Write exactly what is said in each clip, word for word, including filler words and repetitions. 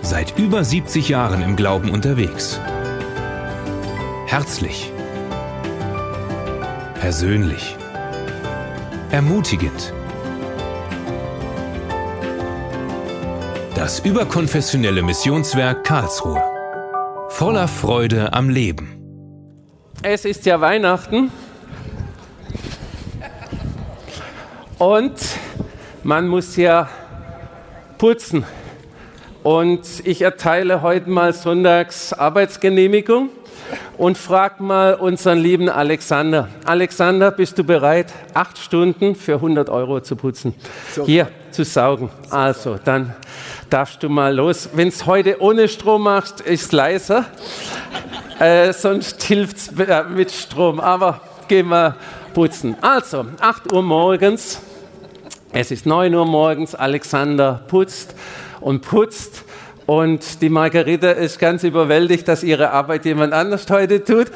Seit über siebzig Jahren im Glauben unterwegs. Herzlich. Persönlich. Ermutigend. Das überkonfessionelle Missionswerk Karlsruhe. Voller Freude am Leben. Es ist ja Weihnachten und man muss ja putzen. Und ich erteile heute mal sonntags Arbeitsgenehmigung und frage mal unseren lieben Alexander. Alexander, bist du bereit, acht Stunden für hundert Euro zu putzen? So. Hier zu saugen. Also, dann darfst du mal los. Wenn es heute ohne Strom machst, ist es leiser. Äh, sonst hilft es äh, mit Strom. Aber gehen wir putzen. Also, acht Uhr morgens. Es ist neun Uhr morgens. Alexander putzt und putzt. Und die Margarita ist ganz überwältigt, dass ihre Arbeit jemand anders heute tut.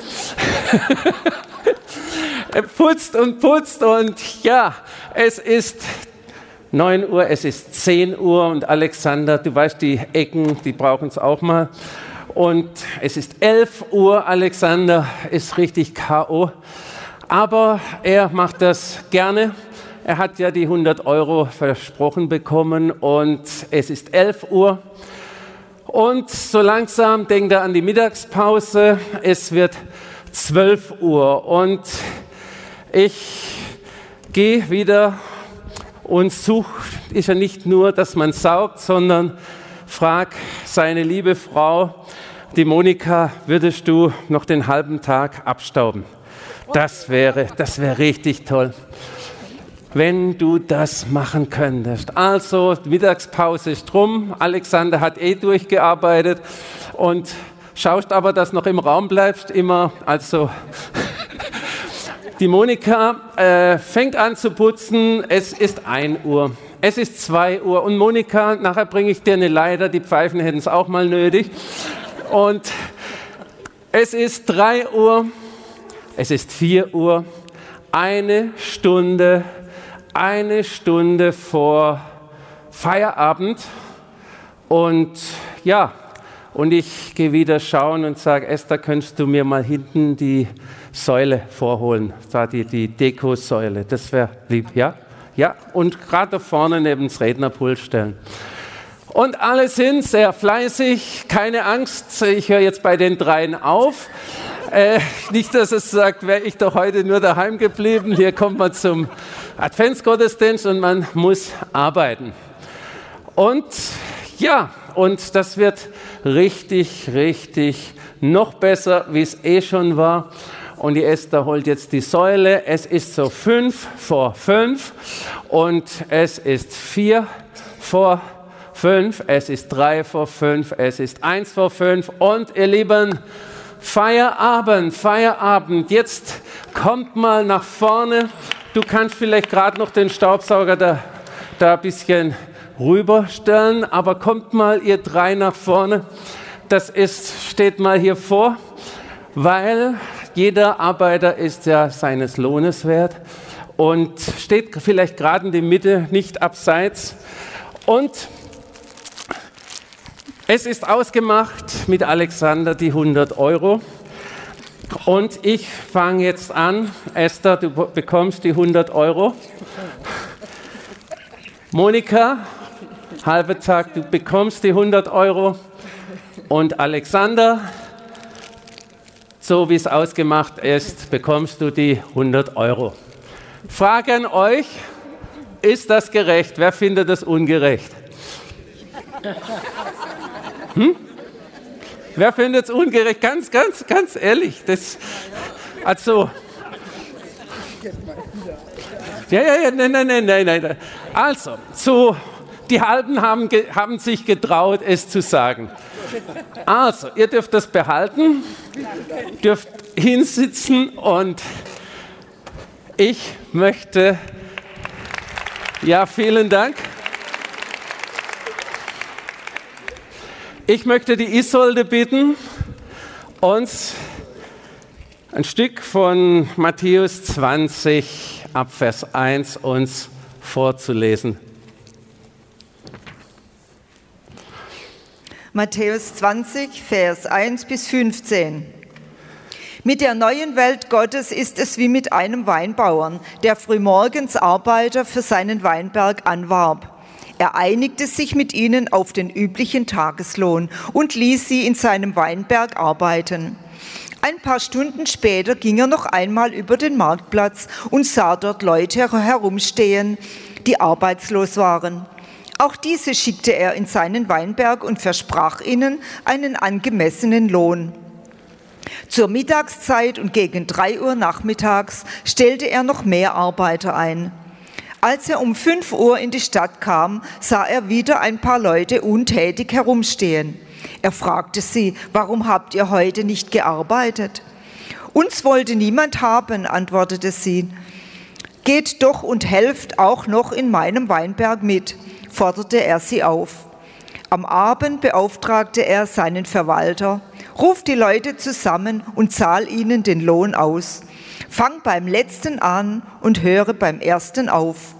Er putzt und putzt und ja, es ist neun Uhr, es ist zehn Uhr und Alexander, du weißt, die Ecken, die brauchen es auch mal. Und es ist elf Uhr, Alexander ist richtig K O. Aber er macht das gerne. Er hat ja die hundert Euro versprochen bekommen und es ist elf Uhr. Und so langsam denkt er an die Mittagspause. Es wird zwölf Uhr und ich gehe wieder und suche, ist ja nicht nur, dass man saugt, sondern frag seine liebe Frau, die Monika, würdest du noch den halben Tag abstauben? Das wäre, das wäre richtig toll, wenn du das machen könntest. Also, die Mittagspause ist rum. Alexander hat eh durchgearbeitet und schaust aber, dass noch im Raum bleibst, immer, also... Die Monika äh, fängt an zu putzen, es ist ein Uhr, es ist zwei Uhr und Monika, nachher bringe ich dir eine Leiter, die Pfeifen hätten es auch mal nötig. Und es ist drei Uhr, es ist vier Uhr, eine Stunde, eine Stunde vor Feierabend und ja, und ich gehe wieder schauen und sage, Esther, könntest du mir mal hinten die Säule vorholen, da die, die Dekosäule, das wäre lieb, ja? Ja, und gerade da vorne neben das Rednerpult stellen. Und alle sind sehr fleißig, keine Angst, ich höre jetzt bei den dreien auf. Äh, nicht, dass es sagt, wäre ich doch heute nur daheim geblieben, hier kommt man zum Adventsgottesdienst und man muss arbeiten. Und ja, und das wird richtig, richtig noch besser, wie es eh schon war. Und die Esther holt jetzt die Säule. Es ist so fünf vor fünf und es ist vier vor fünf, es ist drei vor fünf, es ist eins vor fünf und ihr Lieben, Feierabend, Feierabend. Jetzt kommt mal nach vorne. Du kannst vielleicht gerade noch den Staubsauger da, da ein bisschen rüberstellen, aber kommt mal ihr drei nach vorne. Das ist, steht mal hier vor, weil jeder Arbeiter ist ja seines Lohnes wert und steht vielleicht gerade in der Mitte, nicht abseits. Und es ist ausgemacht mit Alexander die hundert Euro. Und ich fange jetzt an. Esther, du bekommst die hundert Euro. Monika, halber Tag, du bekommst die hundert Euro. Und Alexander, so wie es ausgemacht ist, bekommst du die hundert Euro. Frage an euch, ist das gerecht? Wer findet das ungerecht? Hm? Wer findet es ungerecht? Ganz, ganz, ganz ehrlich. Das, also, ja, ja, ja, nein, nein, nein, nein, nein. Also, so, die Halben haben, haben sich getraut, es zu sagen. Also, ihr dürft das behalten, dürft hinsitzen und ich möchte, ja, vielen Dank. Ich möchte die Isolde bitten, uns ein Stück von Matthäus zwanzig ab Vers eins uns vorzulesen. Matthäus zwanzig, Vers eins bis fünfzehn. Mit der neuen Welt Gottes ist es wie mit einem Weinbauern, der frühmorgens Arbeiter für seinen Weinberg anwarb. Er einigte sich mit ihnen auf den üblichen Tageslohn und ließ sie in seinem Weinberg arbeiten. Ein paar Stunden später ging er noch einmal über den Marktplatz und sah dort Leute herumstehen, die arbeitslos waren. Auch diese schickte er in seinen Weinberg und versprach ihnen einen angemessenen Lohn. Zur Mittagszeit und gegen drei Uhr nachmittags stellte er noch mehr Arbeiter ein. Als er um fünf Uhr in die Stadt kam, sah er wieder ein paar Leute untätig herumstehen. Er fragte sie, warum habt ihr heute nicht gearbeitet? Uns wollte niemand haben, antwortete sie. Geht doch und helft auch noch in meinem Weinberg mit, forderte er sie auf. Am Abend beauftragte er seinen Verwalter, ruf die Leute zusammen und zahl ihnen den Lohn aus. Fang beim Letzten an und höre beim Ersten auf.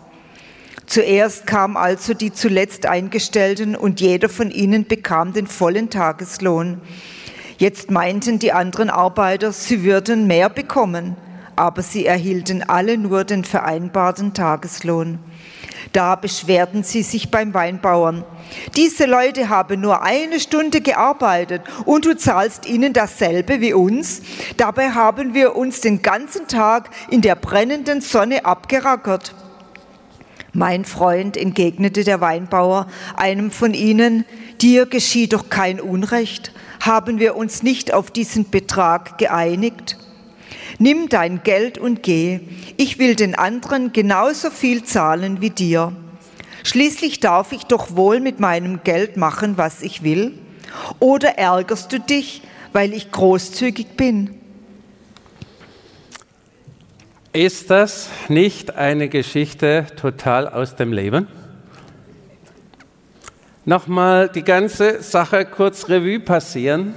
Zuerst kamen also die zuletzt Eingestellten und jeder von ihnen bekam den vollen Tageslohn. Jetzt meinten die anderen Arbeiter, sie würden mehr bekommen, aber sie erhielten alle nur den vereinbarten Tageslohn. Da beschwerten sie sich beim Weinbauern. Diese Leute haben nur eine Stunde gearbeitet und du zahlst ihnen dasselbe wie uns. Dabei haben wir uns den ganzen Tag in der brennenden Sonne abgerackert. Mein Freund, entgegnete der Weinbauer einem von ihnen, dir geschieht doch kein Unrecht. Haben wir uns nicht auf diesen Betrag geeinigt? Nimm dein Geld und geh. Ich will den anderen genauso viel zahlen wie dir. Schließlich darf ich doch wohl mit meinem Geld machen, was ich will. Oder ärgerst du dich, weil ich großzügig bin? Ist das nicht eine Geschichte total aus dem Leben? Nochmal die ganze Sache kurz Revue passieren.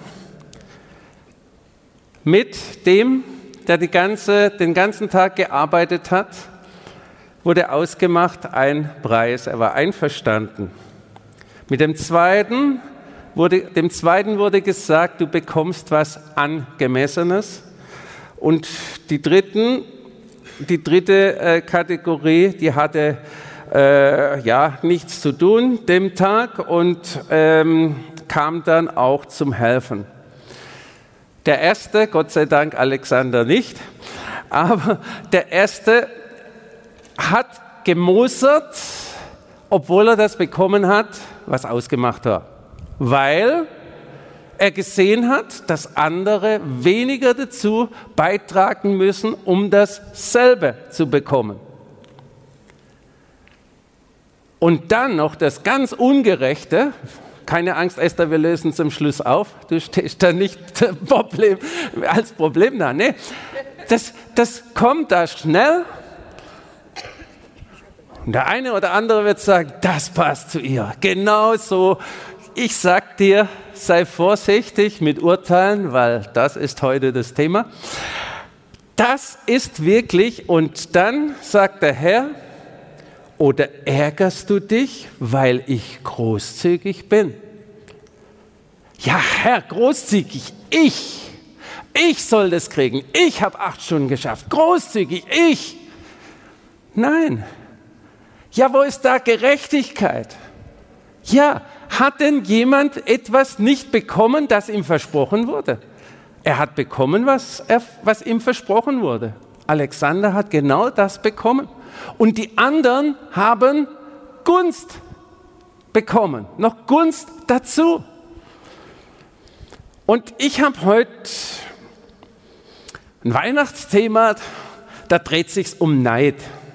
Mit dem, der die ganze, den ganzen Tag gearbeitet hat, wurde ausgemacht ein Preis. Er war einverstanden. Mit dem zweiten wurde, dem zweiten wurde gesagt, du bekommst was Angemessenes. Und die dritten, die dritte äh, Kategorie, die hatte äh, ja nichts zu tun dem Tag und ähm, kam dann auch zum Helfen. Der erste, Gott sei Dank Alexander nicht, aber der erste hat gemosert, obwohl er das bekommen hat, was ausgemacht war. Weil er gesehen hat, dass andere weniger dazu beitragen müssen, um dasselbe zu bekommen. Und dann noch das ganz Ungerechte. Keine Angst, Esther, wir lösen zum Schluss auf. Du stehst da nicht Problem, als Problem da. Nee, das, das kommt da schnell. Und der eine oder andere wird sagen, das passt zu ihr. Genau so. Ich sag dir, sei vorsichtig mit Urteilen, weil das ist heute das Thema. Das ist wirklich, und dann sagt der Herr, oder ärgerst du dich, weil ich großzügig bin? Ja, Herr, großzügig, ich, ich soll das kriegen. Ich habe acht Stunden geschafft, großzügig, ich. Nein. Ja, wo ist da Gerechtigkeit? Ja, hat denn jemand etwas nicht bekommen, das ihm versprochen wurde? Er hat bekommen, was, er, was ihm versprochen wurde. Alexander hat genau das bekommen. Und die anderen haben Gunst bekommen, noch Gunst dazu. Und ich habe heute ein Weihnachtsthema, da dreht es sich um Neid.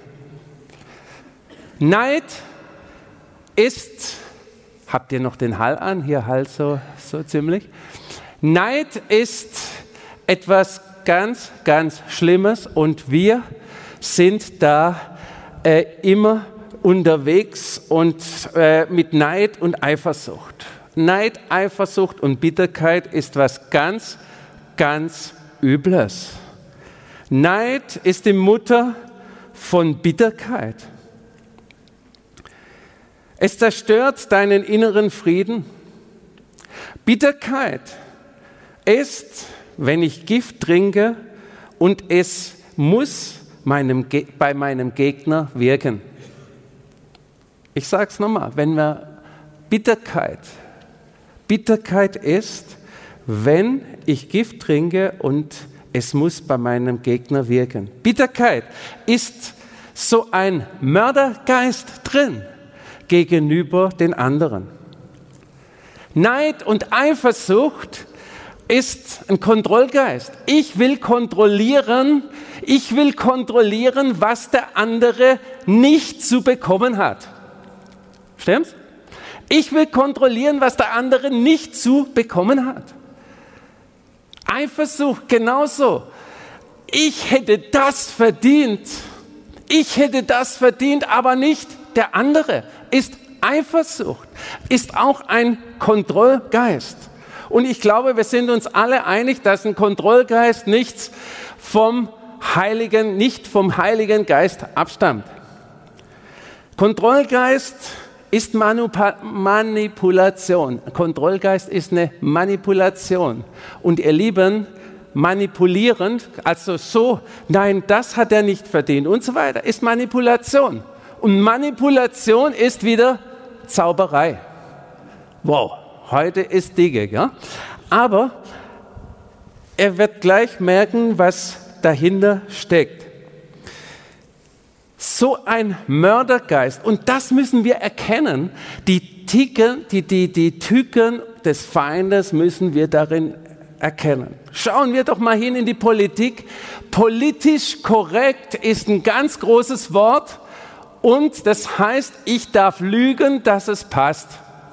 Neid ist, habt ihr noch den Hall an? Hier Hall so, so ziemlich. Neid ist etwas ganz, ganz Schlimmes und wir sind da äh, immer unterwegs und äh, mit Neid und Eifersucht. Neid, Eifersucht und Bitterkeit ist was ganz, ganz Übles. Neid ist die Mutter von Bitterkeit. Es zerstört deinen inneren Frieden. Bitterkeit ist, wenn ich Gift trinke und es muss meinem, bei meinem Gegner wirken. Ich sage es nochmal, wenn wir Bitterkeit, Bitterkeit ist, wenn ich Gift trinke und es muss bei meinem Gegner wirken. Bitterkeit ist so ein Mördergeist drin gegenüber den anderen. Neid und Eifersucht ist ein Kontrollgeist. Ich will kontrollieren, ich will kontrollieren, was der andere nicht zu bekommen hat. Stimmt's? Ich will kontrollieren, was der andere nicht zu bekommen hat. Eifersucht genauso. Ich hätte das verdient. Ich hätte das verdient, aber nicht der andere. Ist Eifersucht. Ist auch ein Kontrollgeist. Und ich glaube, wir sind uns alle einig, dass ein Kontrollgeist nichts vom Heiligen, nicht vom Heiligen Geist abstammt. Kontrollgeist ist Manupa- Manipulation. Kontrollgeist ist eine Manipulation. Und ihr Lieben, manipulierend, also so, nein, das hat er nicht verdient und so weiter, ist Manipulation. Und Manipulation ist wieder Zauberei. Wow, heute ist Digge, ja? Aber er wird gleich merken, was dahinter steckt. So ein Mördergeist. Und das müssen wir erkennen. Die Ticken, die, die, die Tücken des Feindes müssen wir darin erkennen. Schauen wir doch mal hin in die Politik. Politisch korrekt ist ein ganz großes Wort. Und das heißt, ich darf lügen, dass es passt.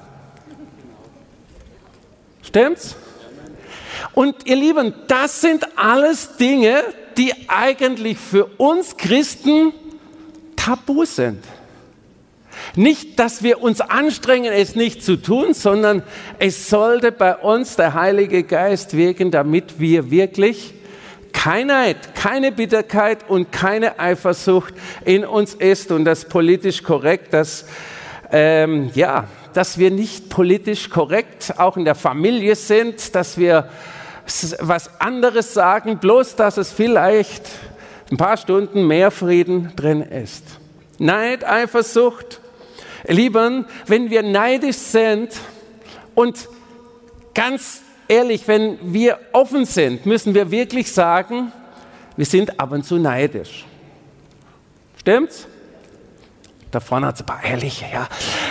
Stimmt's? Und ihr Lieben, das sind alles Dinge, die eigentlich für uns Christen tabu sind. Nicht, dass wir uns anstrengen, es nicht zu tun, sondern es sollte bei uns der Heilige Geist wirken, damit wir wirklich kein Neid, keine Bitterkeit und keine Eifersucht in uns ist und das politisch korrekt, dass, ähm, ja, dass wir nicht politisch korrekt auch in der Familie sind, dass wir was anderes sagen, bloß dass es vielleicht ein paar Stunden mehr Frieden drin ist. Neid, Eifersucht. Ihr Lieben, wenn wir neidisch sind und ganz ehrlich, wenn wir offen sind, müssen wir wirklich sagen, wir sind ab und zu neidisch. Stimmt's? Da vorne hat es ein paar ehrliche, ja.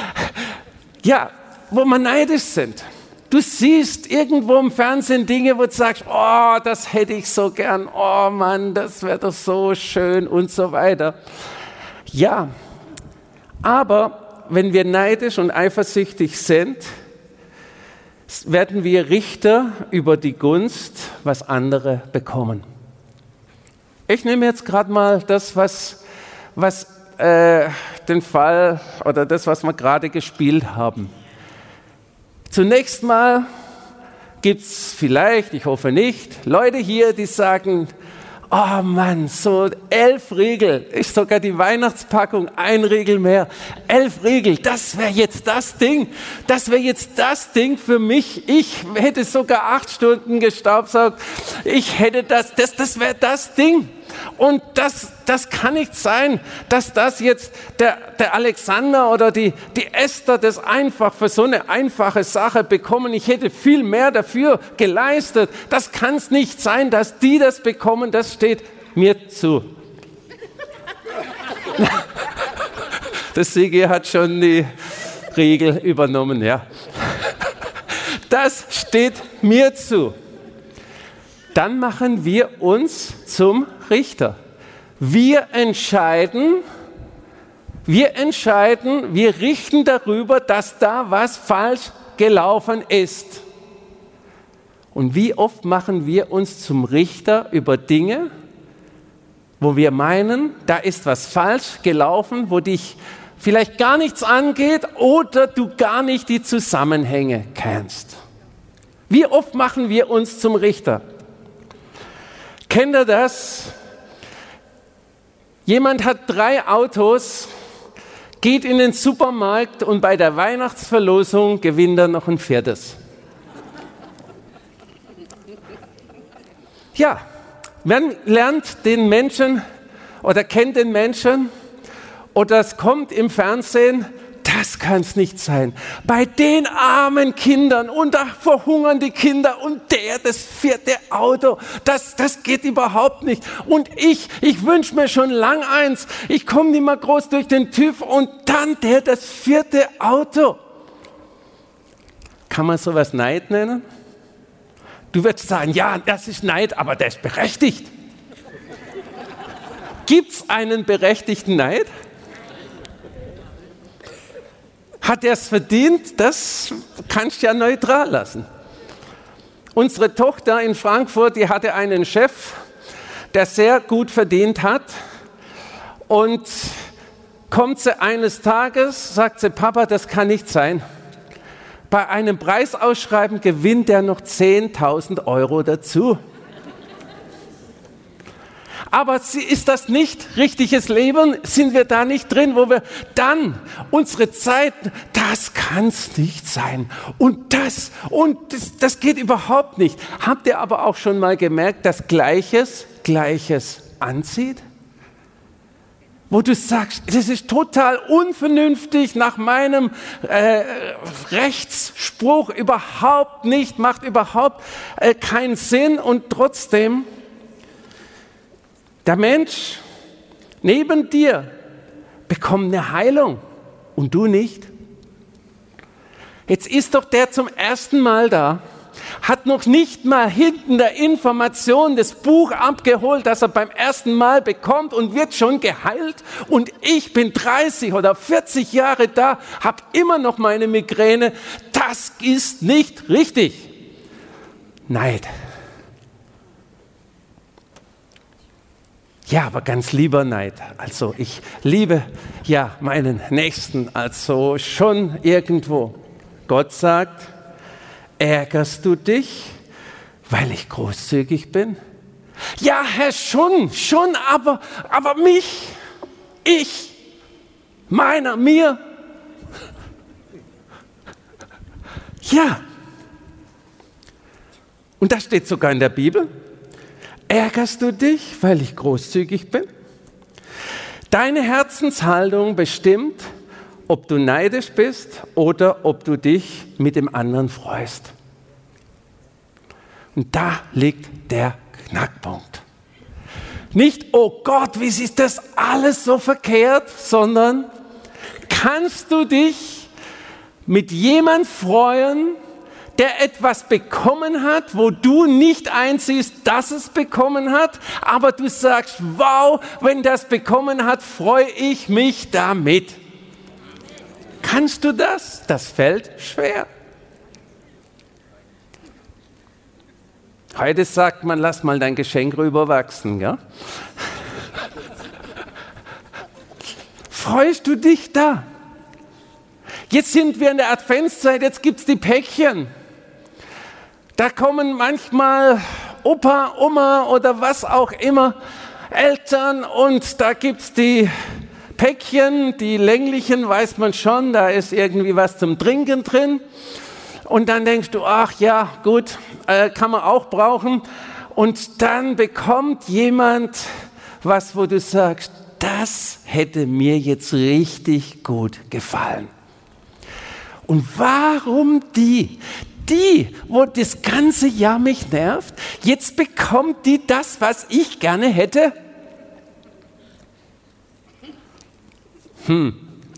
Ja, wo wir neidisch sind. Du siehst irgendwo im Fernsehen Dinge, wo du sagst, oh, das hätte ich so gern, oh Mann, das wäre doch so schön und so weiter. Ja, aber wenn wir neidisch und eifersüchtig sind, werden wir Richter über die Gunst, was andere bekommen. Ich nehme jetzt gerade mal das, was, was äh, den Fall oder das, was wir gerade gespielt haben. Zunächst mal gibt es vielleicht, ich hoffe nicht, Leute hier, die sagen, oh Mann, so elf Riegel, ist sogar die Weihnachtspackung, ein Riegel mehr. Elf Riegel, das wäre jetzt das Ding, das wäre jetzt das Ding für mich. Ich hätte sogar acht Stunden gestaubsaugt. Ich hätte das, das, das wäre das Ding. Und das, das kann nicht sein, dass das jetzt der, der Alexander oder die, die Esther das einfach für so eine einfache Sache bekommen. Ich hätte viel mehr dafür geleistet. Das kann es nicht sein, dass die das bekommen. Das steht mir zu. Das Sigi hat schon die Regel übernommen, ja. Das steht mir zu. Dann machen wir uns zum Richter. Wir entscheiden, wir entscheiden, wir richten darüber, dass da was falsch gelaufen ist. Und wie oft machen wir uns zum Richter über Dinge, wo wir meinen, da ist was falsch gelaufen, wo dich vielleicht gar nichts angeht oder du gar nicht die Zusammenhänge kennst. Wie oft machen wir uns zum Richter? Kennt ihr das? Jemand hat drei Autos, geht in den Supermarkt und bei der Weihnachtsverlosung gewinnt er noch ein viertes. Ja, man lernt den Menschen oder kennt den Menschen oder es kommt im Fernsehen, das kann es nicht sein. Bei den armen Kindern und da verhungern die Kinder und der, das vierte Auto, das, das geht überhaupt nicht. Und ich, ich wünsche mir schon lang eins, ich komme nicht mehr groß durch den TÜV und dann der, das vierte Auto. Kann man sowas Neid nennen? Du würdest sagen, ja, das ist Neid, aber der ist berechtigt. Gibt es einen berechtigten Neid? Hat er es verdient? Das kannst du ja neutral lassen. Unsere Tochter in Frankfurt, die hatte einen Chef, der sehr gut verdient hat. Und kommt sie eines Tages, sagt sie, Papa, das kann nicht sein. Bei einem Preisausschreiben gewinnt er noch zehntausend Euro dazu. Aber ist das nicht richtiges Leben? Sind wir da nicht drin, wo wir dann unsere Zeit, das kann es nicht sein. Und das, und das, das geht überhaupt nicht. Habt ihr aber auch schon mal gemerkt, dass Gleiches Gleiches anzieht? Wo du sagst, das ist total unvernünftig, nach meinem äh, Rechtsspruch überhaupt nicht, macht überhaupt äh, keinen Sinn und trotzdem der Mensch neben dir bekommt eine Heilung und du nicht. Jetzt ist doch der zum ersten Mal da, hat noch nicht mal hinten der Information das Buch abgeholt, das er beim ersten Mal bekommt und wird schon geheilt. Und ich bin dreißig oder vierzig Jahre da, habe immer noch meine Migräne. Das ist nicht richtig. Neid. Ja, aber ganz lieber Neid. Also ich liebe ja meinen Nächsten, also schon irgendwo. Gott sagt, ärgerst du dich, weil ich großzügig bin? Ja, Herr, schon, schon, aber, aber mich, ich, meiner, mir. Ja. Und das steht sogar in der Bibel. Ärgerst du dich, weil ich großzügig bin? Deine Herzenshaltung bestimmt, ob du neidisch bist oder ob du dich mit dem anderen freust. Und da liegt der Knackpunkt. Nicht, oh Gott, wie ist das alles so verkehrt, sondern kannst du dich mit jemandem freuen, der etwas bekommen hat, wo du nicht einsiehst, dass es bekommen hat, aber du sagst, wow, wenn das bekommen hat, freue ich mich damit. Kannst du das? Das fällt schwer. Heute sagt man, lass mal dein Geschenk rüberwachsen, ja? Freust du dich da? Jetzt sind wir in der Adventszeit, jetzt gibt es die Päckchen. Da kommen manchmal Opa, Oma oder was auch immer, Eltern und da gibt es die Päckchen, die länglichen, weiß man schon, da ist irgendwie was zum Trinken drin. Und dann denkst du, ach ja, gut, äh, kann man auch brauchen. Und dann bekommt jemand was, wo du sagst, das hätte mir jetzt richtig gut gefallen. Und warum die? Die, wo das ganze Jahr mich nervt, jetzt bekommt die das, was ich gerne hätte? Hm.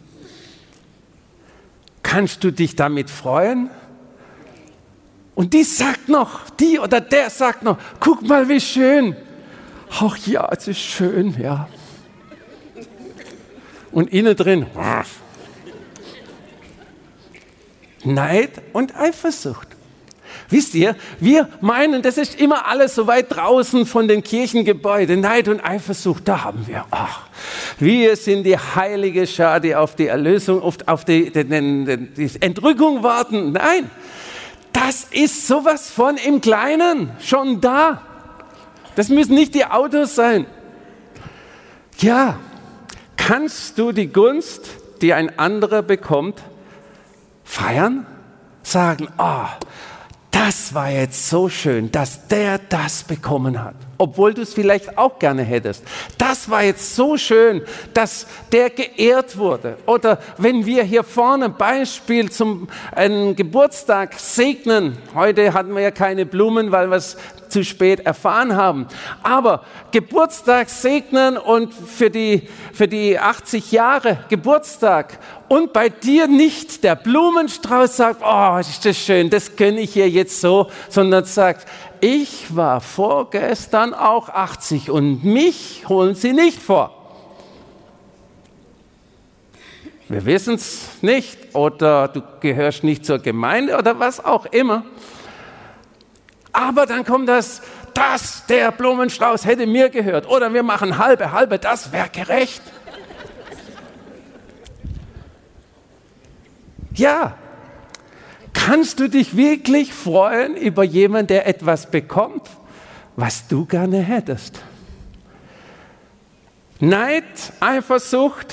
Kannst du dich damit freuen? Und die sagt noch, die oder der sagt noch, guck mal, wie schön. Ach ja, es ist schön, ja. Und innen drin, Neid und Eifersucht. Wisst ihr, wir meinen, das ist immer alles so weit draußen von den Kirchengebäuden. Neid und Eifersucht, da haben wir, ach, wir sind die heilige Schar, die auf die Erlösung, auf, auf die, die, die, die Entrückung warten. Nein, das ist sowas von im Kleinen, schon da. Das müssen nicht die Autos sein. Ja, kannst du die Gunst, die ein anderer bekommt, feiern? Sagen, ah, oh, das war jetzt so schön, dass der das bekommen hat, obwohl du es vielleicht auch gerne hättest. Das war jetzt so schön, dass der geehrt wurde. Oder wenn wir hier vorne ein Beispiel zum einen Geburtstag segnen, heute hatten wir ja keine Blumen, weil wir es zu spät erfahren haben, aber Geburtstag segnen und für die, für die achtzig Jahre Geburtstag und bei dir nicht der Blumenstrauß sagt, oh, ist das schön, das gönne ich ihr jetzt so, sondern sagt, ich war vorgestern auch achtzig und mich holen Sie nicht vor. Wir wissen es nicht oder du gehörst nicht zur Gemeinde oder was auch immer. Aber dann kommt das, das, der Blumenstrauß hätte mir gehört. Oder wir machen halbe, halbe, das wäre gerecht. Ja, kannst du dich wirklich freuen über jemanden, der etwas bekommt, was du gerne hättest? Neid, Eifersucht.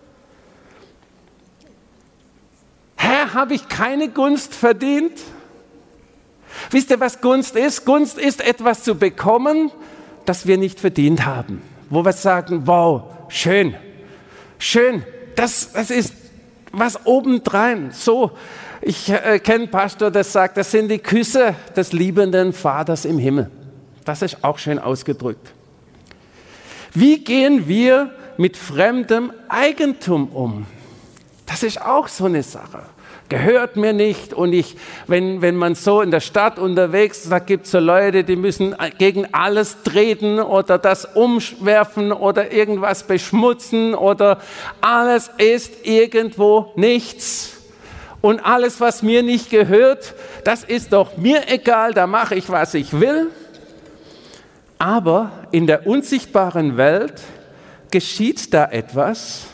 Herr, habe ich keine Gunst verdient? Wisst ihr, was Gunst ist? Gunst ist etwas zu bekommen, das wir nicht verdient haben. Wo wir sagen, wow, schön, schön, das, das ist was obendrein. So, ich äh, kenne einen Pastor, der sagt, das sind die Küsse des liebenden Vaters im Himmel. Das ist auch schön ausgedrückt. Wie gehen wir mit fremdem Eigentum um? Das ist auch so eine Sache. Gehört mir nicht und ich, wenn, wenn man so in der Stadt unterwegs ist, da gibt es so Leute, die müssen gegen alles treten oder das umwerfen oder irgendwas beschmutzen oder alles ist irgendwo nichts. Und alles, was mir nicht gehört, das ist doch mir egal, da mache ich, was ich will. Aber in der unsichtbaren Welt geschieht da etwas.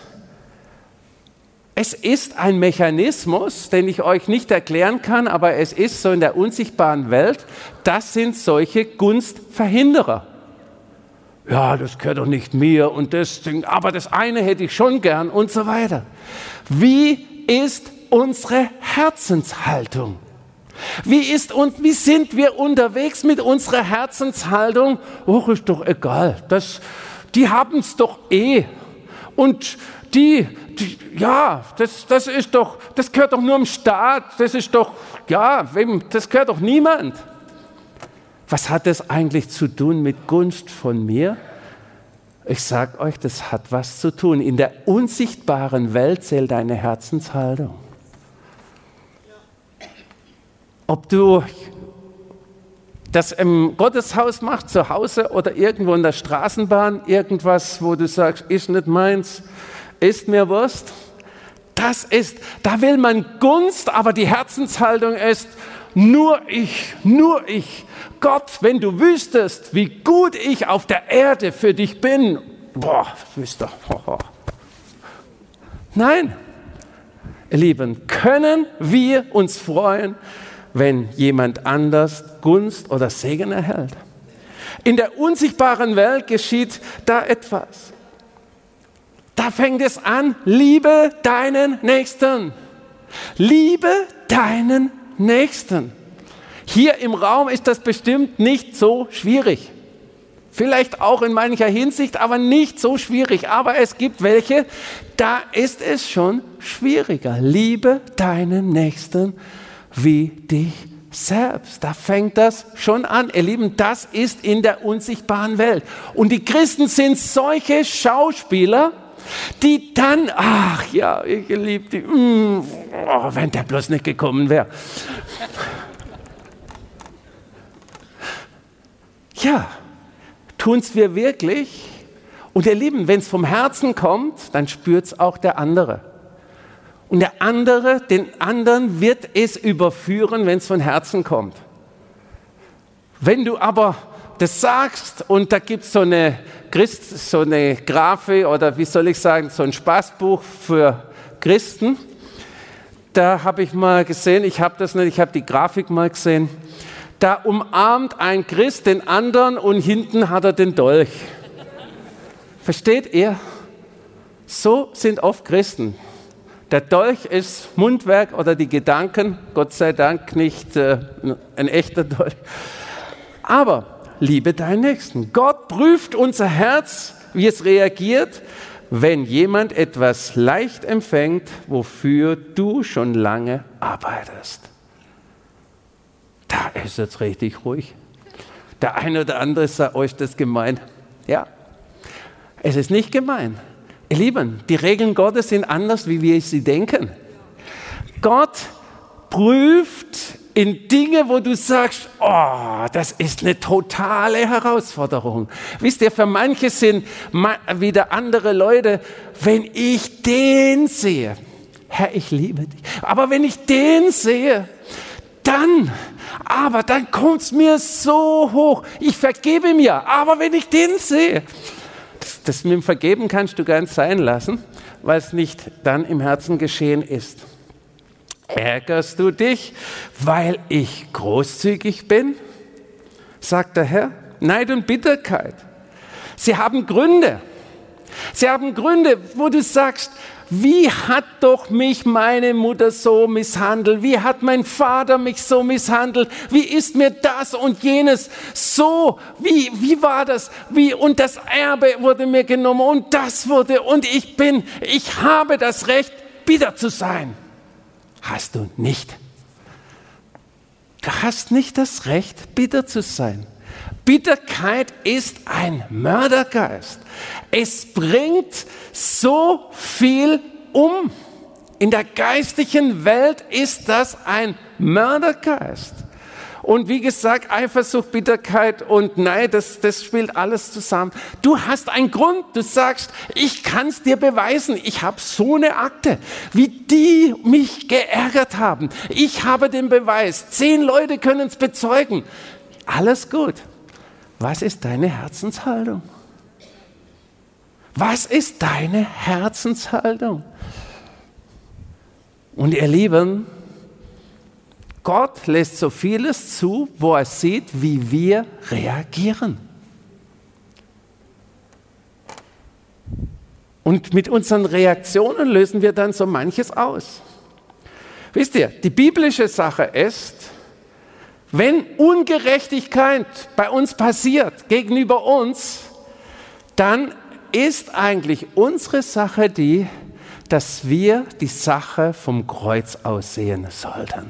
Es ist ein Mechanismus, den ich euch nicht erklären kann, aber es ist so in der unsichtbaren Welt, das sind solche Gunstverhinderer. Ja, das gehört doch nicht mir und das, aber das eine hätte ich schon gern und so weiter. Wie ist unsere Herzenshaltung? Wie ist und wie sind wir unterwegs mit unserer Herzenshaltung? Oh, ist doch egal, das, die haben es doch eh und die Die, ja, das, das ist doch, das gehört doch nur dem Staat, das ist doch, ja, wem, das gehört doch niemand. Was hat das eigentlich zu tun mit Gunst von mir? Ich sage euch, das hat was zu tun. In der unsichtbaren Welt zählt deine Herzenshaltung. Ob du das im Gotteshaus machst, zu Hause oder irgendwo in der Straßenbahn, irgendwas, wo du sagst, ist nicht meins, ist mir Wurst. Das ist, da will man Gunst, aber die Herzenshaltung ist, nur ich, nur ich. Gott, wenn du wüsstest, wie gut ich auf der Erde für dich bin. Boah, wüsst ihr. Nein, ihr Lieben, können wir uns freuen, wenn jemand anders Gunst oder Segen erhält? In der unsichtbaren Welt geschieht da etwas. Da fängt es an, liebe deinen Nächsten. Liebe deinen Nächsten. Hier im Raum ist das bestimmt nicht so schwierig. Vielleicht auch in mancher Hinsicht, aber nicht so schwierig. Aber es gibt welche, da ist es schon schwieriger. Liebe deinen Nächsten wie dich selbst. Da fängt das schon an. Ihr Lieben, das ist in der unsichtbaren Welt. Und die Christen sind solche Schauspieler, die dann, ach ja, ich liebe die, mm, oh, wenn der bloß nicht gekommen wäre. Ja, tun es wir wirklich. Und ihr Lieben, wenn es vom Herzen kommt, dann spürt es auch der andere. Und der andere, den anderen wird es überführen, wenn es von Herzen kommt. Wenn du aber das sagst und da gibt es so eine Christ, so eine Grafik oder wie soll ich sagen, so ein Spaßbuch für Christen. Da habe ich mal gesehen, ich habe das nicht, ich habe die Grafik mal gesehen. Da umarmt ein Christ den anderen und hinten hat er den Dolch. Versteht ihr? So sind oft Christen. Der Dolch ist Mundwerk oder die Gedanken, Gott sei Dank nicht äh, ein echter Dolch. Aber liebe deinen Nächsten. Gott prüft unser Herz, wie es reagiert, wenn jemand etwas leicht empfängt, wofür du schon lange arbeitest. Da ist jetzt richtig ruhig. Der eine oder andere sagt, euch das gemein. Ja, es ist nicht gemein. Ihr Lieben, die Regeln Gottes sind anders, wie wir sie denken. Gott prüft in Dinge, wo du sagst, oh, das ist eine totale Herausforderung. Wisst ihr, für manche sind wieder andere Leute, wenn ich den sehe, Herr, ich liebe dich, aber wenn ich den sehe, dann, aber dann kommt es mir so hoch, ich vergebe mir, aber wenn ich den sehe, das, das mit dem Vergeben kannst du ganz sein lassen, weil es nicht dann im Herzen geschehen ist. Ärgerst du dich, weil ich großzügig bin? Sagt der Herr. Neid und Bitterkeit. Sie haben Gründe. Sie haben Gründe, wo du sagst, wie hat doch mich meine Mutter so misshandelt? Wie hat mein Vater mich so misshandelt? Wie ist mir das und jenes so? Wie, wie war das? Wie, und das Erbe wurde mir genommen und das wurde und ich bin, ich habe das Recht, bitter zu sein. Hast du nicht. Du hast nicht das Recht, bitter zu sein. Bitterkeit ist ein Mördergeist. Es bringt so viel um. In der geistlichen Welt ist das ein Mördergeist. Und wie gesagt, Eifersucht, Bitterkeit und Neid, das, das spielt alles zusammen. Du hast einen Grund, du sagst, ich kann es dir beweisen, ich habe so eine Akte, wie die mich geärgert haben. Ich habe den Beweis, zehn Leute können es bezeugen. Alles gut. Was ist deine Herzenshaltung? Was ist deine Herzenshaltung? Und ihr Lieben, Gott lässt so vieles zu, wo er sieht, wie wir reagieren. Und mit unseren Reaktionen lösen wir dann so manches aus. Wisst ihr, die biblische Sache ist, wenn Ungerechtigkeit bei uns passiert, gegenüber uns, dann ist eigentlich unsere Sache die, dass wir die Sache vom Kreuz aus sehen sollten.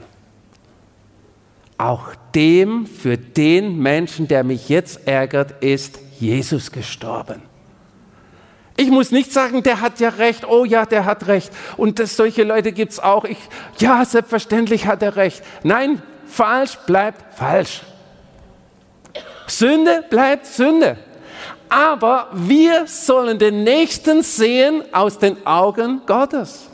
Auch dem, für den Menschen, der mich jetzt ärgert, ist Jesus gestorben. Ich muss nicht sagen, der hat ja recht, oh ja, der hat recht. Und das, solche Leute gibt es auch. Ich, ja, selbstverständlich hat er recht. Nein, falsch bleibt falsch. Sünde bleibt Sünde. Aber wir sollen den Nächsten sehen aus den Augen Gottes.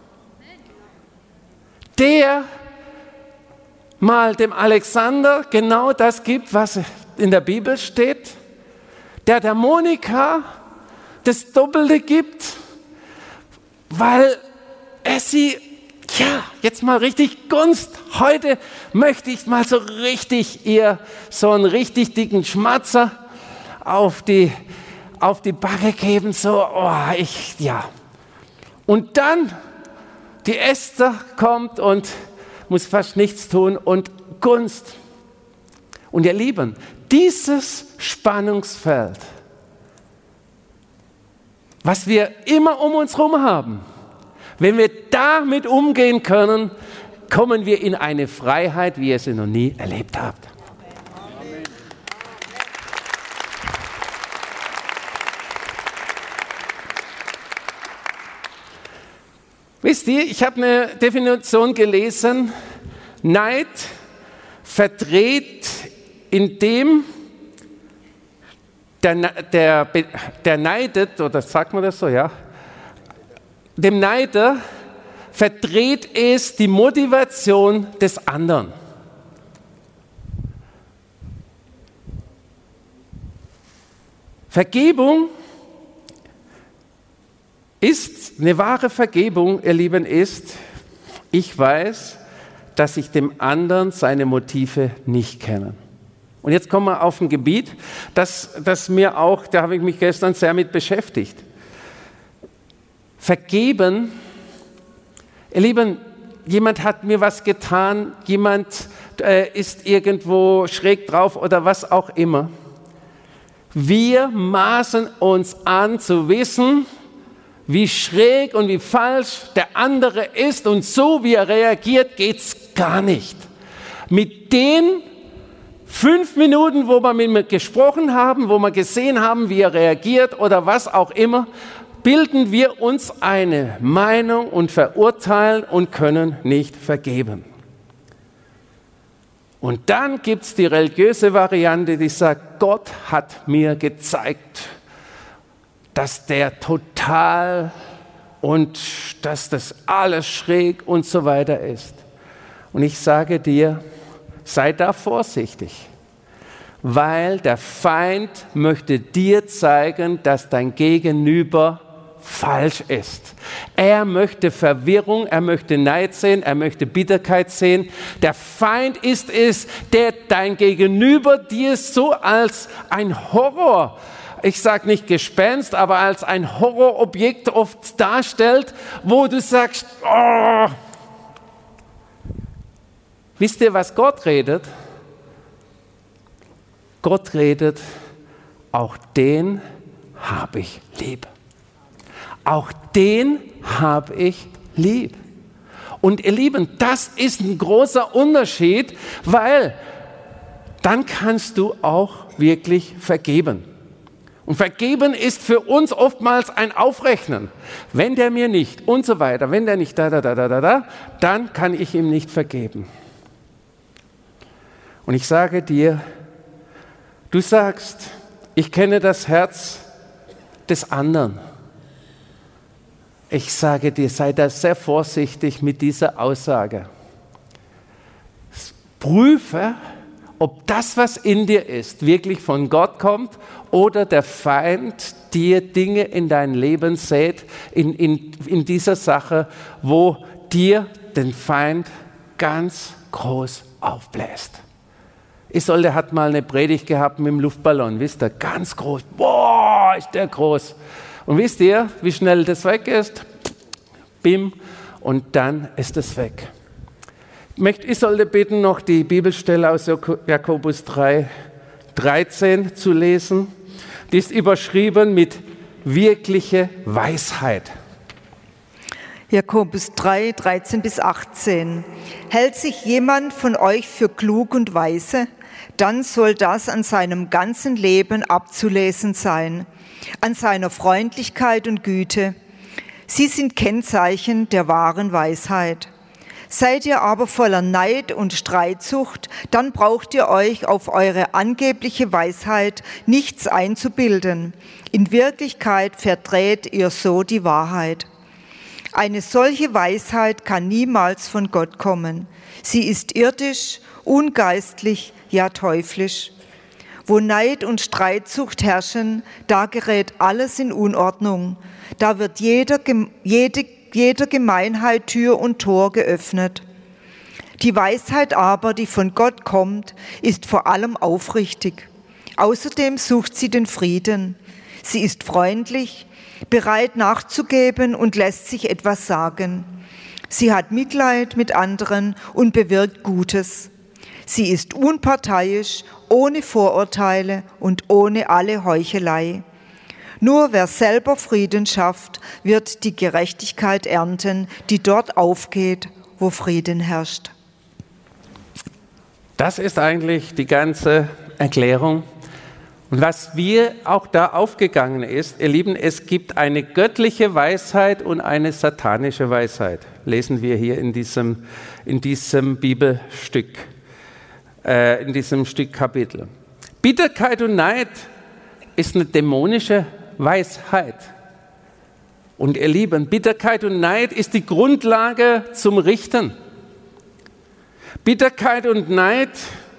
Der mal dem Alexander genau das gibt, was in der Bibel steht, der der Monika das Doppelte gibt, weil er sie, ja, jetzt mal richtig gunst. Heute möchte ich mal so richtig ihr so einen richtig dicken Schmatzer auf die, auf die Backe geben, so, oh, ich, ja. Und dann die Esther kommt und muss fast nichts tun und Gunst. Und ihr Lieben, dieses Spannungsfeld, was wir immer um uns herum haben, wenn wir damit umgehen können, kommen wir in eine Freiheit, wie ihr sie noch nie erlebt habt. Amen. Wisst ihr, ich habe eine Definition gelesen, Neid verdreht, indem der, der, der neidet, oder sagt man das so, ja, dem Neider verdreht es die Motivation des anderen. Vergebung ist, eine wahre Vergebung, ihr Lieben, ist, ich weiß, dass ich dem anderen seine Motive nicht kenne. Und jetzt kommen wir auf ein Gebiet, das, das mir auch, da habe ich mich gestern sehr mit beschäftigt. Vergeben Ihr Lieben, jemand hat mir was getan, jemand äh, ist irgendwo schräg drauf oder was auch immer. Wir maßen uns an zu wissen, wie schräg und wie falsch der andere ist und so wie er reagiert, geht's gar nicht. Mit den fünf Minuten, wo wir mit ihm gesprochen haben, wo wir gesehen haben, wie er reagiert oder was auch immer, bilden wir uns eine Meinung und verurteilen und können nicht vergeben. Und dann gibt es die religiöse Variante, die sagt, Gott hat mir gezeigt, dass der total und dass das alles schräg und so weiter ist. Und ich sage dir, sei da vorsichtig, weil der Feind möchte dir zeigen, dass dein Gegenüber falsch ist. Er möchte Verwirrung, er möchte Neid sehen, er möchte Bitterkeit sehen. Der Feind ist es, der dein Gegenüber dir so als ein Horror, ich sage nicht Gespenst, aber als ein Horrorobjekt oft darstellt, wo du sagst, oh. Wisst ihr, was Gott redet? Gott redet, auch den habe ich lieb. Auch den habe ich lieb. Und ihr Lieben, das ist ein großer Unterschied, weil dann kannst du auch wirklich vergeben. Und vergeben ist für uns oftmals ein Aufrechnen. Wenn der mir nicht und so weiter, wenn der nicht da, da, da, da, da, da, dann kann ich ihm nicht vergeben. Und ich sage dir, du sagst, ich kenne das Herz des anderen. Ich sage dir, sei da sehr vorsichtig mit dieser Aussage. Prüfe, ob das, was in dir ist, wirklich von Gott kommt oder der Feind dir Dinge in dein Leben sät, in, in, in dieser Sache, wo dir den Feind ganz groß aufbläst. Isolde hat mal eine Predigt gehabt mit dem Luftballon, wisst ihr, ganz groß, boah, ist der groß. Und wisst ihr, wie schnell das weg ist? Bim, und dann ist es weg. Ich möchte Isolde bitten, noch die Bibelstelle aus Jakobus drei, dreizehn zu lesen. Die ist überschrieben mit wirkliche Weisheit. Jakobus drei, dreizehn bis achtzehn. Hält sich jemand von euch für klug und weise, dann soll das an seinem ganzen Leben abzulesen sein, an seiner Freundlichkeit und Güte. Sie sind Kennzeichen der wahren Weisheit. Seid ihr aber voller Neid und Streitsucht, dann braucht ihr euch auf eure angebliche Weisheit nichts einzubilden. In Wirklichkeit verdreht ihr so die Wahrheit. Eine solche Weisheit kann niemals von Gott kommen. Sie ist irdisch, ungeistlich, ja teuflisch. Wo Neid und Streitsucht herrschen, da gerät alles in Unordnung. Da wird jeder, jede, jeder Gemeinheit Tür und Tor geöffnet. Die Weisheit aber, die von Gott kommt, ist vor allem aufrichtig. Außerdem sucht sie den Frieden. Sie ist freundlich, bereit nachzugeben und lässt sich etwas sagen. Sie hat Mitleid mit anderen und bewirkt Gutes. Sie ist unparteiisch, ohne Vorurteile und ohne alle Heuchelei. Nur wer selber Frieden schafft, wird die Gerechtigkeit ernten, die dort aufgeht, wo Frieden herrscht. Das ist eigentlich die ganze Erklärung. Und was mir auch da aufgegangen ist, ihr Lieben, es gibt eine göttliche Weisheit und eine satanische Weisheit. Lesen wir hier in diesem, in diesem Bibelstück, äh, in diesem Stück Kapitel. Bitterkeit und Neid ist eine dämonische Weisheit. Und ihr Lieben, Bitterkeit und Neid ist die Grundlage zum Richten. Bitterkeit und Neid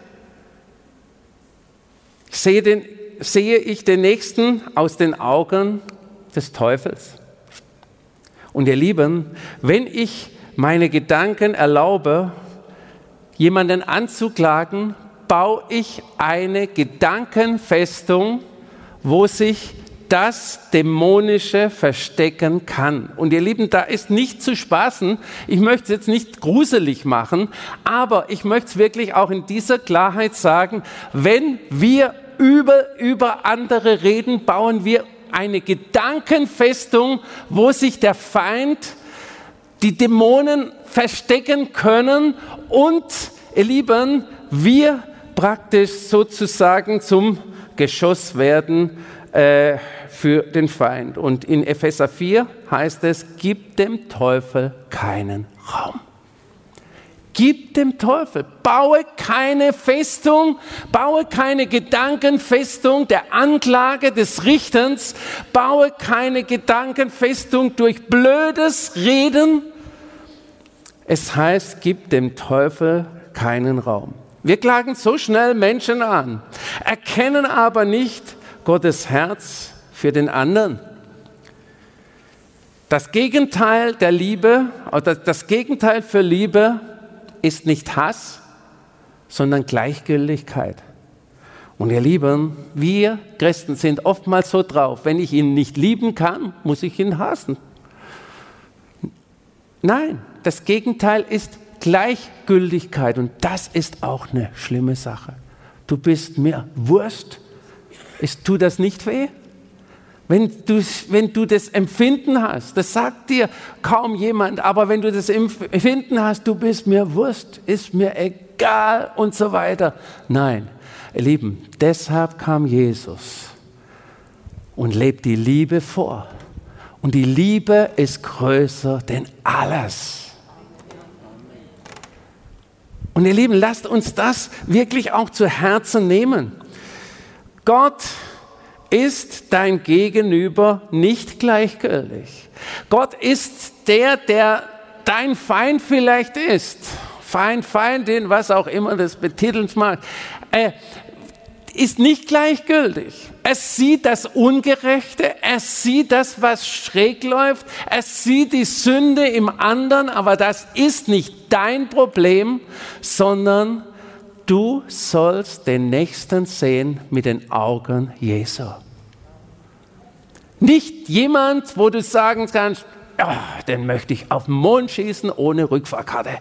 sehe, den, sehe ich den Nächsten aus den Augen des Teufels. Und ihr Lieben, wenn ich meine Gedanken erlaube, jemanden anzuklagen, baue ich eine Gedankenfestung, wo sich das Dämonische verstecken kann. Und ihr Lieben, da ist nicht zu spaßen. Ich möchte es jetzt nicht gruselig machen, aber ich möchte es wirklich auch in dieser Klarheit sagen, wenn wir über, über andere reden, bauen wir eine Gedankenfestung, wo sich der Feind, die Dämonen verstecken können und, ihr Lieben, wir praktisch sozusagen zum Geschoss werden äh, für den Feind. Und in Epheser vier heißt es, gib dem Teufel keinen Raum. Gib dem Teufel, baue keine Festung, baue keine Gedankenfestung der Anklage, des Richtens, baue keine Gedankenfestung durch blödes Reden. Es heißt, gib dem Teufel keinen Raum. Wir klagen so schnell Menschen an, erkennen aber nicht Gottes Herz für den anderen. Das Gegenteil der Liebe, oder das Gegenteil für Liebe ist nicht Hass, sondern Gleichgültigkeit. Und ihr Lieben, wir Christen sind oftmals so drauf, wenn ich ihn nicht lieben kann, muss ich ihn hassen. Nein, das Gegenteil ist Gleichgültigkeit und das ist auch eine schlimme Sache. Du bist mir Wurst. Ist, tut das nicht weh? Wenn du, wenn du das Empfinden hast, das sagt dir kaum jemand, aber wenn du das Empfinden hast, du bist mir Wurst, ist mir egal und so weiter. Nein, ihr Lieben, deshalb kam Jesus und lebt die Liebe vor. Und die Liebe ist größer denn alles. Und ihr Lieben, lasst uns das wirklich auch zu Herzen nehmen. Gott ist dein Gegenüber nicht gleichgültig. Gott ist der, der dein Feind vielleicht ist. Feind, Feindin, was auch immer das betiteln mag. Äh, ist nicht gleichgültig. Er sieht das Ungerechte, er sieht das, was schräg läuft, er sieht die Sünde im anderen, aber das ist nicht dein Problem, sondern du sollst den Nächsten sehen mit den Augen Jesu. Nicht jemand, wo du sagen kannst, oh, den möchte ich auf den Mond schießen ohne Rückfahrkarte.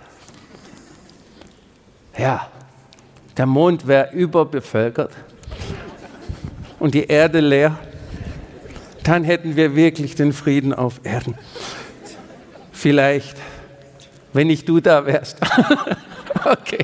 Ja, der Mond wäre überbevölkert und die Erde leer. Dann hätten wir wirklich den Frieden auf Erden. Vielleicht, wenn nicht du da wärst. Okay.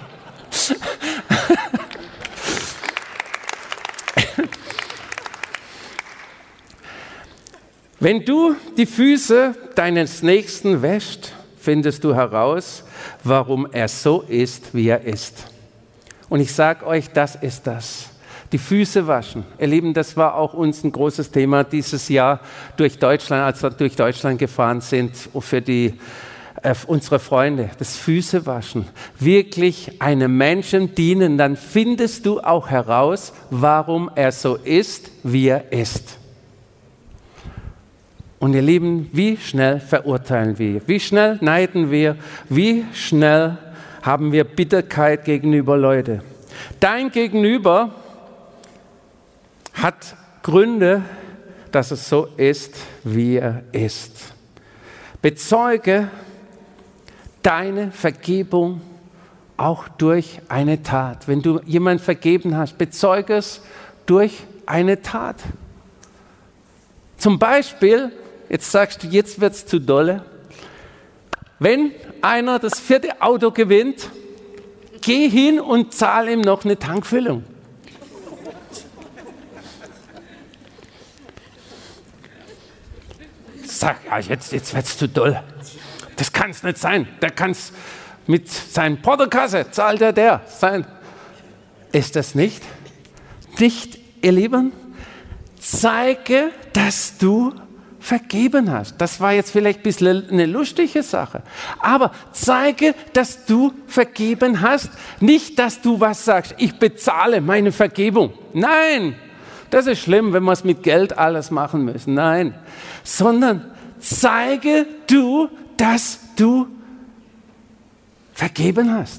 Wenn du die Füße deines Nächsten wäschst, findest du heraus, warum er so ist, wie er ist. Und ich sage euch, das ist das. Die Füße waschen. Ihr Lieben, das war auch uns ein großes Thema dieses Jahr durch Deutschland, als wir durch Deutschland gefahren sind, für die äh, unsere Freunde. Das Füße waschen. Wirklich einem Menschen dienen, dann findest du auch heraus, warum er so ist, wie er ist. Und ihr Lieben, wie schnell verurteilen wir? Wie schnell neiden wir? Wie schnell haben wir Bitterkeit gegenüber Leuten? Dein Gegenüber hat Gründe, dass es so ist, wie er ist. Bezeuge deine Vergebung auch durch eine Tat. Wenn du jemand vergeben hast, bezeuge es durch eine Tat. Zum Beispiel, jetzt sagst du, jetzt wird es zu dolle. Wenn einer das vierte Auto gewinnt, geh hin und zahl ihm noch eine Tankfüllung. Sag, ja, jetzt, jetzt wird es zu doll. Das kann es nicht sein. Der kann es mit seiner Portokasse, zahlt er der. Sein. Ist das nicht? Nicht, ihr Lieben? Zeige, dass du vergeben hast. Das war jetzt vielleicht ein bisschen eine lustige Sache. Aber zeige, dass du vergeben hast. Nicht, dass du was sagst, ich bezahle meine Vergebung. Nein, das ist schlimm, wenn wir es mit Geld alles machen müssen. Nein, sondern zeige du, dass du vergeben hast.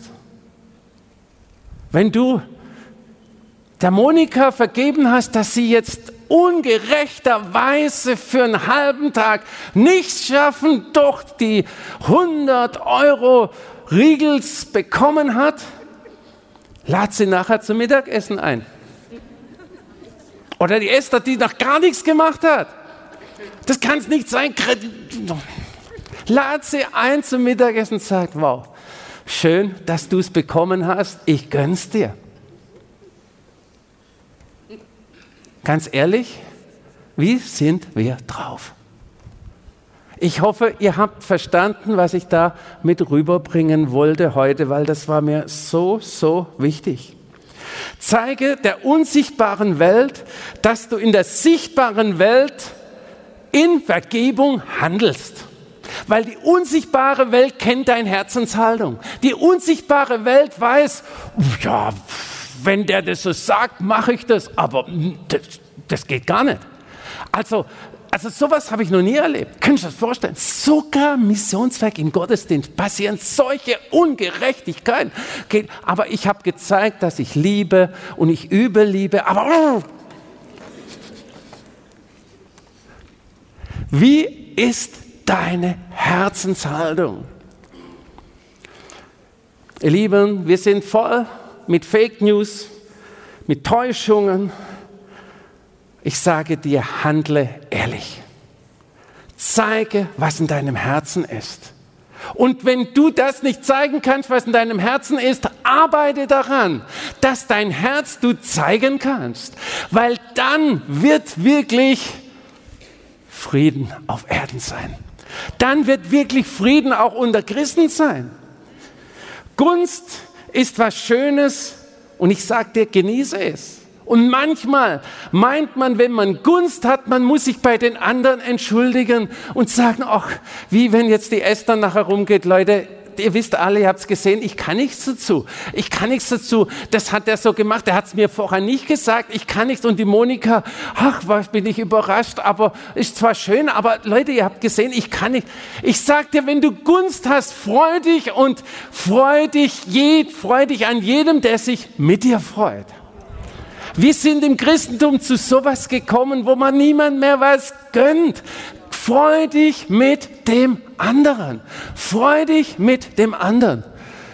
Wenn du der Monika vergeben hast, dass sie jetzt ungerechterweise für einen halben Tag nicht schaffen, doch die hundert Euro Riegels bekommen hat, lad sie nachher zum Mittagessen ein. Oder die Esther, die noch gar nichts gemacht hat. Das kann es nicht sein. Lad sie ein zum Mittagessen und sagt, wow, schön, dass du es bekommen hast, ich gönn's dir. Ganz ehrlich, wie sind wir drauf? Ich hoffe, ihr habt verstanden, was ich da mit rüberbringen wollte heute, weil das war mir so, so wichtig. Zeige der unsichtbaren Welt, dass du in der sichtbaren Welt in Vergebung handelst. Weil die unsichtbare Welt kennt deine Herzenshaltung. Die unsichtbare Welt weiß, ja, wenn der das so sagt, mache ich das, aber das, das geht gar nicht. Also, also sowas habe ich noch nie erlebt. Könnt ihr euch das vorstellen? Sogar Missionswerk im Gottesdienst passieren solche Ungerechtigkeiten. Aber ich habe gezeigt, dass ich liebe und ich übe Liebe, aber wie ist deine Herzenshaltung? Ihr Lieben, wir sind voll mit Fake News, mit Täuschungen. Ich sage dir, handle ehrlich. Zeige, was in deinem Herzen ist. Und wenn du das nicht zeigen kannst, was in deinem Herzen ist, arbeite daran, dass dein Herz du zeigen kannst. Weil dann wird wirklich Frieden auf Erden sein. Dann wird wirklich Frieden auch unter Christen sein. Gunst ist was Schönes und ich sage dir, genieße es. Und manchmal meint man, wenn man Gunst hat, man muss sich bei den anderen entschuldigen und sagen, ach, wie wenn jetzt die Esther nachher rumgeht, Leute, ihr wisst alle, ihr habt es gesehen, ich kann nichts dazu. Ich kann nichts dazu. Das hat er so gemacht, er hat es mir vorher nicht gesagt, ich kann nichts. Und die Monika, ach, was bin ich überrascht, aber ist zwar schön, aber Leute, ihr habt gesehen, ich kann nicht. Ich sag dir, wenn du Gunst hast, freu dich und freu dich, je, freu dich an jedem, der sich mit dir freut. Wir sind im Christentum zu sowas gekommen, wo man niemand mehr was gönnt. Freu dich mit dem anderen. Freu dich mit dem anderen.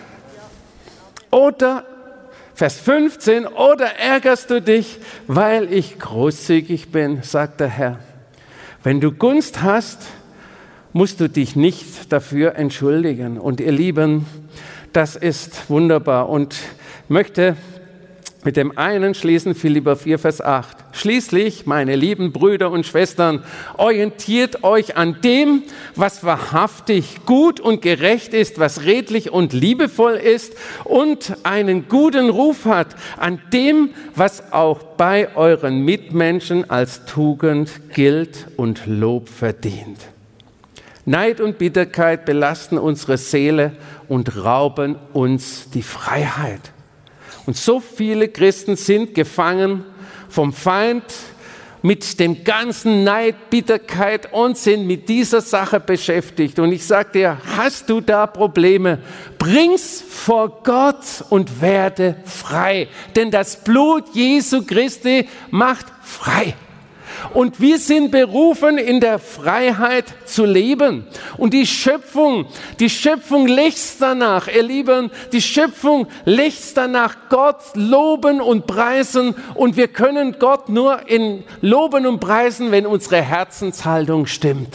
Oder, Vers fünfzehn, oder ärgerst du dich, weil ich großzügig bin, sagt der Herr. Wenn du Gunst hast, musst du dich nicht dafür entschuldigen. Und ihr Lieben, das ist wunderbar. Und ich möchte mit dem einen schließen, Philipper vier, Vers acht. Schließlich, meine lieben Brüder und Schwestern, orientiert euch an dem, was wahrhaftig gut und gerecht ist, was redlich und liebevoll ist und einen guten Ruf hat, an dem, was auch bei euren Mitmenschen als Tugend gilt und Lob verdient. Neid und Bitterkeit belasten unsere Seele und rauben uns die Freiheit. Und so viele Christen sind gefangen vom Feind mit dem ganzen Neid, Bitterkeit und sind mit dieser Sache beschäftigt. Und ich sage dir, hast du da Probleme, bring's vor Gott und werde frei. Denn das Blut Jesu Christi macht frei. Und wir sind berufen, in der Freiheit zu leben. Und die Schöpfung, die Schöpfung lechzt danach, ihr Lieben, die Schöpfung lechzt danach, Gott loben und preisen. Und wir können Gott nur in loben und preisen, wenn unsere Herzenshaltung stimmt.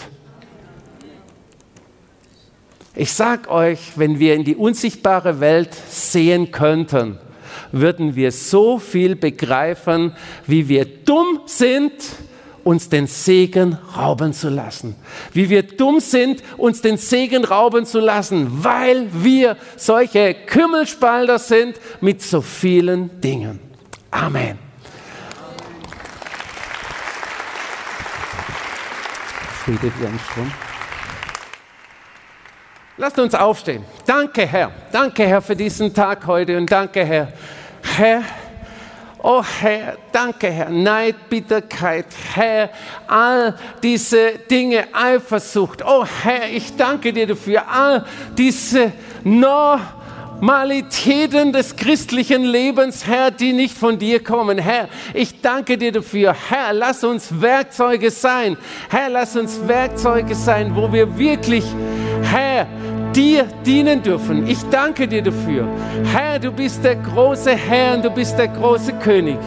Ich sag euch, wenn wir in die unsichtbare Welt sehen könnten, würden wir so viel begreifen, wie wir dumm sind, uns den Segen rauben zu lassen. Wie wir dumm sind, uns den Segen rauben zu lassen, weil wir solche Kümmelspalter sind mit so vielen Dingen. Amen. Friede dir im Strom. Lasst uns aufstehen. Danke, Herr. Danke, Herr, für diesen Tag heute und danke, Herr. Herr, oh Herr, danke Herr, Neid, Bitterkeit, Herr, all diese Dinge, Eifersucht, oh Herr, ich danke dir dafür, all diese, no, Normalitäten des christlichen Lebens, Herr, die nicht von dir kommen. Herr, ich danke dir dafür. Herr, lass uns Werkzeuge sein. Herr, lass uns Werkzeuge sein, wo wir wirklich, Herr, dir dienen dürfen. Ich danke dir dafür. Herr, du bist der große Herr und du bist der große König.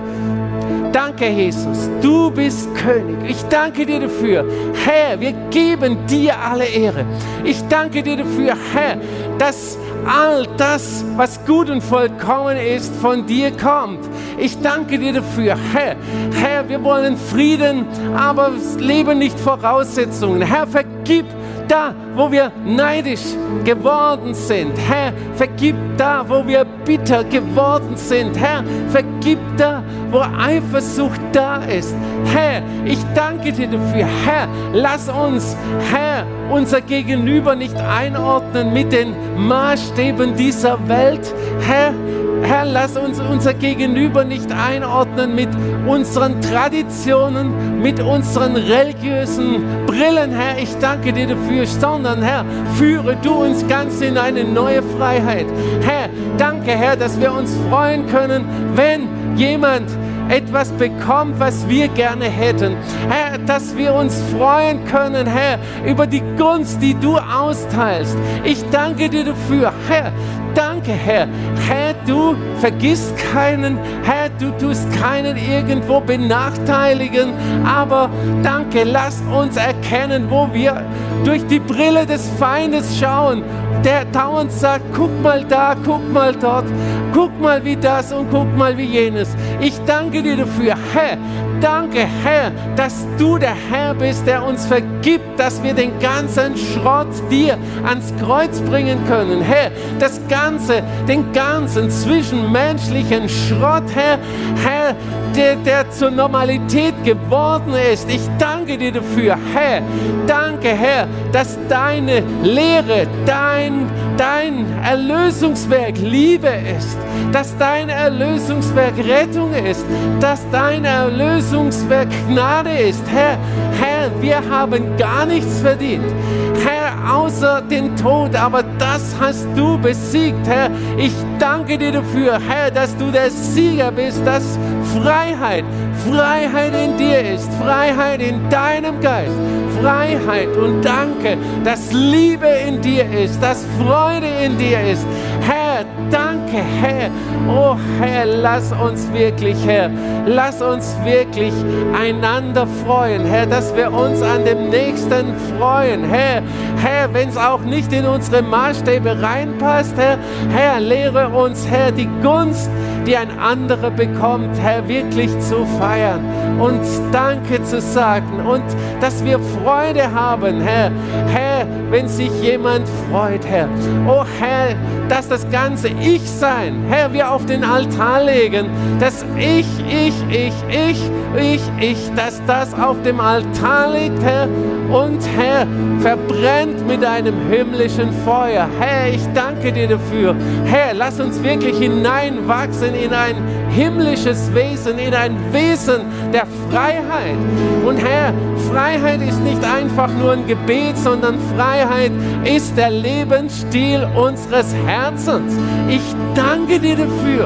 Danke, Jesus, du bist König. Ich danke dir dafür. Herr, wir geben dir alle Ehre. Ich danke dir dafür, Herr, dass all das, was gut und vollkommen ist, von dir kommt. Ich danke dir dafür, Herr. Herr, wir wollen Frieden, aber leben nicht Voraussetzungen. Herr, vergib da, wo wir neidisch geworden sind. Herr, vergib da, wo wir bitter geworden sind. Herr, vergib da, wo Eifersucht da ist. Herr, ich danke dir dafür. Herr, lass uns, Herr, unser Gegenüber nicht einordnen mit den Maßstäben dieser Welt. Herr, Herr, lass uns unser Gegenüber nicht einordnen mit unseren Traditionen, mit unseren religiösen Brillen, Herr. Ich danke dir dafür, sondern, Herr, führe du uns ganz in eine neue Freiheit. Herr, danke, Herr, dass wir uns freuen können, wenn jemand etwas bekommt, was wir gerne hätten. Herr, dass wir uns freuen können, Herr, über die Gunst, die du austeilst. Ich danke dir dafür, Herr. Danke, Herr. Herr, du vergisst keinen. Herr, du tust keinen irgendwo benachteiligen. Aber danke, lass uns erkennen, wo wir durch die Brille des Feindes schauen, der dauernd sagt, guck mal da, guck mal dort, guck mal wie das und guck mal wie jenes. Ich danke dir dafür, Herr. Danke, Herr, dass du der Herr bist, der uns vergibt, dass wir den ganzen Schrott dir ans Kreuz bringen können. Herr, das Ganze, den ganzen zwischenmenschlichen Schrott, Herr, Herr, der, der zur Normalität geworden ist. Ich danke dir dafür, Herr. Danke, Herr, dass deine Lehre, dein, dein Erlösungswerk Liebe ist, dass dein Erlösungswerk Rettung ist, dass dein Erlösungswerk Gnade ist. Herr, Herr, wir haben gar nichts verdient, Herr, außer den Tod, aber das hast du besiegt, Herr. Ich danke dir dafür, Herr, dass du der Sieger bist, dass Freiheit, Freiheit in dir ist, Freiheit in deinem Geist, Freiheit und danke, dass Liebe in dir ist, dass Freude in dir ist. Herr, danke, Herr. Oh Herr, lass uns wirklich, Herr, lass uns wirklich einander freuen, Herr, dass wir uns an dem Nächsten freuen. Herr, Herr, wenn es auch nicht in unsere Maßstäbe reinpasst, Herr, Herr, lehre uns, Herr, die Gunst, die ein anderer bekommt, Herr, wirklich zu feiern und Danke zu sagen und dass wir Freude haben, Herr. Herr, wenn sich jemand freut, Herr. Oh Herr, dass das ganze Ich-Sein, Herr, wir auf den Altar legen, dass ich, ich, ich, ich, ich, ich, dass das auf dem Altar liegt, Herr, und Herr, verbrennt mit einem himmlischen Feuer. Herr, ich danke dir dafür. Herr, lass uns wirklich hineinwachsen in ein himmlisches Wesen, in ein Wesen der Freiheit. Und Herr, Freiheit ist nicht einfach nur ein Gebet, sondern Freiheit ist der Lebensstil unseres Herzens. Ich danke dir dafür.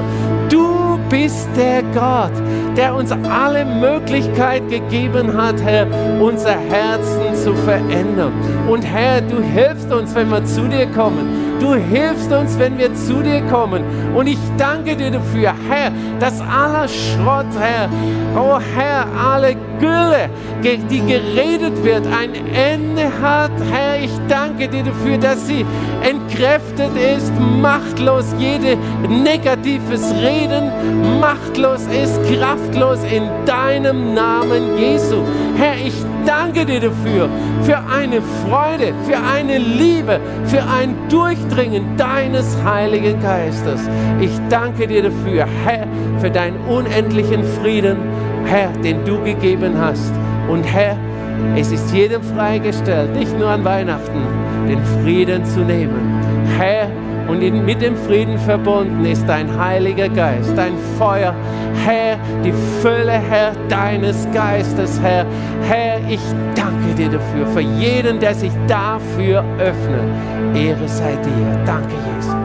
Du bist der Gott, der uns alle Möglichkeit gegeben hat, Herr, unser Herzen zu verändern. Und Herr, du hilfst uns, wenn wir zu dir kommen. Du hilfst uns, wenn wir zu dir kommen. Und ich danke dir dafür, Herr, dass aller Schrott, Herr, oh Herr, alle Gülle, die geredet wird, ein Ende hat. Herr, ich danke dir dafür, dass sie entkräftet ist, machtlos, jede negatives Reden machtlos ist, kraftlos in deinem Namen Jesu. Herr, ich danke dir dafür, für eine Freude, für eine Liebe, für ein Durchdringen deines Heiligen Geistes. Ich danke dir dafür, Herr, für deinen unendlichen Frieden, Herr, den du gegeben hast. Und Herr, es ist jedem freigestellt, nicht nur an Weihnachten, den Frieden zu nehmen. Herr, und in, mit dem Frieden verbunden ist dein Heiliger Geist, dein Feuer, Herr, die Fülle, Herr, deines Geistes, Herr. Herr, ich danke dir dafür, für jeden, der sich dafür öffnet. Ehre sei dir. Danke, Jesus.